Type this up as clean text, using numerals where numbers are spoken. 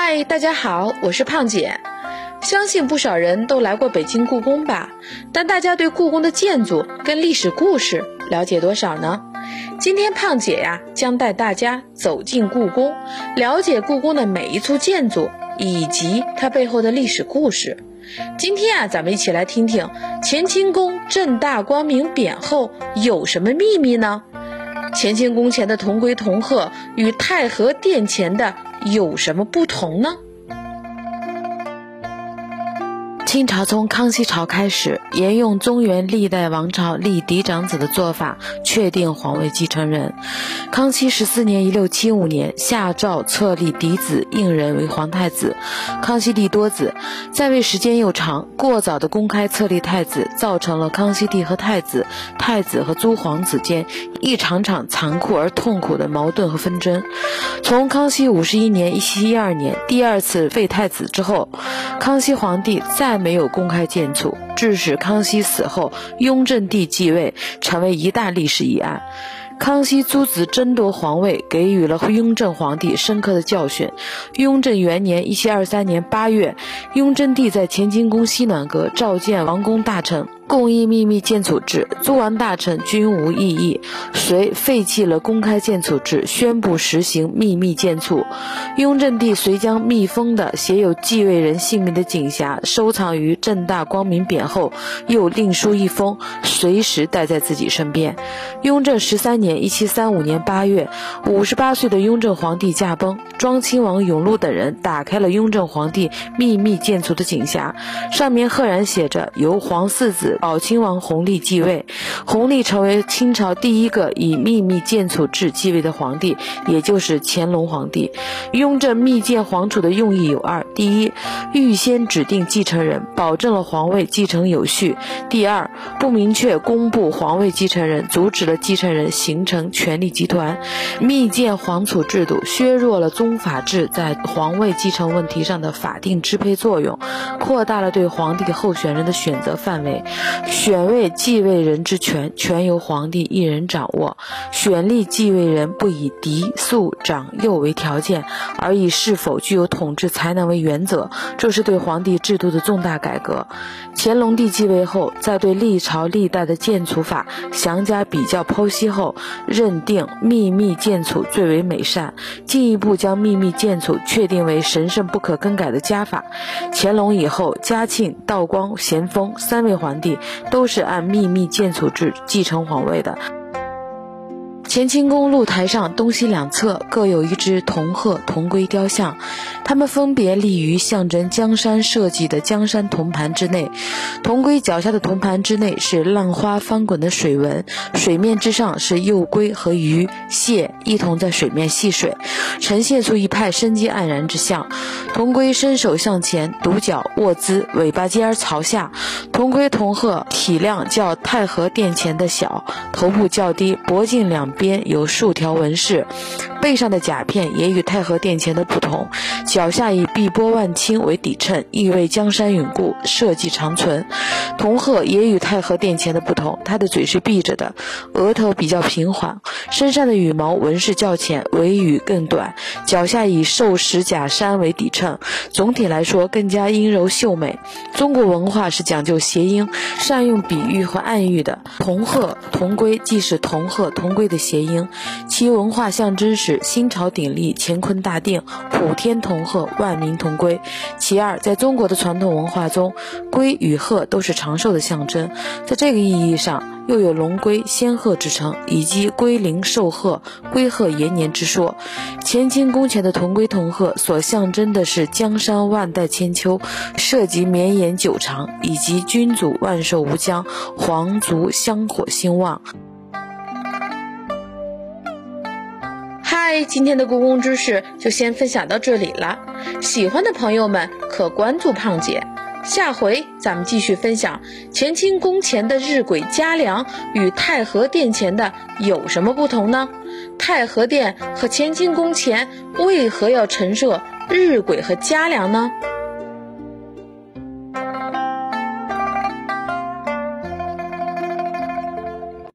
嗨，大家好，我是胖姐。相信不少人都来过北京故宫吧，但大家对故宫的建筑跟历史故事了解多少呢？今天胖姐将带大家走进故宫，了解故宫的每一处建筑以及它背后的历史故事。今天咱们一起来听听乾清宫正大光明匾后有什么秘密呢？乾清宫前的铜龟铜鹤与太和殿前的有什么不同呢？ 清朝从康熙朝开始，沿用中原历代王朝立嫡长子的做法，确定皇位继承人。康熙14年1675年下诏册立嫡子胤仁为皇太子。康熙帝多子，在位时间又长，过早的公开册立太子，造成了康熙帝和太子和诸皇子间一场场残酷而痛苦的矛盾和纷争。从康熙51年1712年第二次废太子之后，康熙皇帝再没有公开建储，致使康熙死后雍正帝继位，成为一大历史疑案。康熙诸子争夺皇位，给予了雍正皇帝深刻的教训。雍正元年1723年8月，雍正帝在乾清宫西暖阁召见王公大臣，共议秘密建储制，诸王大臣均无异议，遂废弃了公开建储制，宣布实行秘密建储。雍正帝遂将密封的写有继位人姓名的锦匣收藏于正大光明匾后，又另书一封，随时带在自己身边。雍正13年1735年8月，58岁的雍正皇帝驾崩，庄亲王永禄等人打开了雍正皇帝秘密建储的锦匣，上面赫然写着由皇四子宝亲王弘历继位。弘历成为清朝第一个以秘密建储制继位的皇帝，也就是乾隆皇帝。雍正密建皇储的用意有二：第一，预先指定继承人，保证了皇位继承有序；第二，不明确公布皇位继承人，阻止了继承人形成权力集团。密建皇储制度削弱了宗法制在皇位继承问题上的法定支配作用，扩大了对皇帝候选人的选择范围。选位继位人之权全由皇帝一人掌握，选立继位人不以嫡庶长幼为条件，而以是否具有统治才能为原则，这是对皇帝制度的重大改革。乾隆帝继位后，在对历朝历代的建储法详加比较剖析后，认定秘密建储最为美善，进一步将秘密建储确定为神圣不可更改的家法。乾隆以后，嘉庆、道光、咸丰三位皇帝都是按秘密建储制继承皇位的。乾清宫露台上东西两侧各有一只铜鹤铜龟雕像，它们分别立于象征江山设计的江山铜盘之内。铜龟脚下的铜盘之内是浪花翻滚的水纹，水面之上是幼龟和鱼、蟹一同在水面戏水，呈现出一派生机盎然之象。铜龟伸手向前，独角卧姿，尾巴尖朝下。铜龟铜鹤体量较太和殿前的小，头部较低，脖颈两边有数条纹饰，背上的甲片也与太和殿前的不同，脚下以碧波万顷为底衬，意味江山永固，社稷长存。铜鹤也与太和殿前的不同，它的嘴是闭着的，额头比较平缓，身上的羽毛纹饰较浅，尾羽更短，脚下以兽石甲衫为底衬，总体来说更加阴柔秀美。中国文化是讲究谐音，善用比喻和暗喻的，铜鹤铜龟既是铜鹤铜龟的谐音，其文化象征是新朝鼎立，乾坤大定，普天同贺，万民同归。其二，在中国的传统文化中，龟与鹤都是长寿的象征，在这个意义上又有龙龟仙鹤之称，以及龟灵寿鹤、龟鹤延年之说。乾清宫前的铜龟铜鹤所象征的是江山万代千秋，社稷绵延久长，以及君主万寿无疆，皇族香火兴旺。 嗨，今天的故宫知识就先分享到这里了，喜欢的朋友们可关注胖姐，下回咱们继续分享乾清宫前的日晷嘉梁与太和殿前的有什么不同呢？太和殿和乾清宫前为何要陈设日晷和嘉梁呢？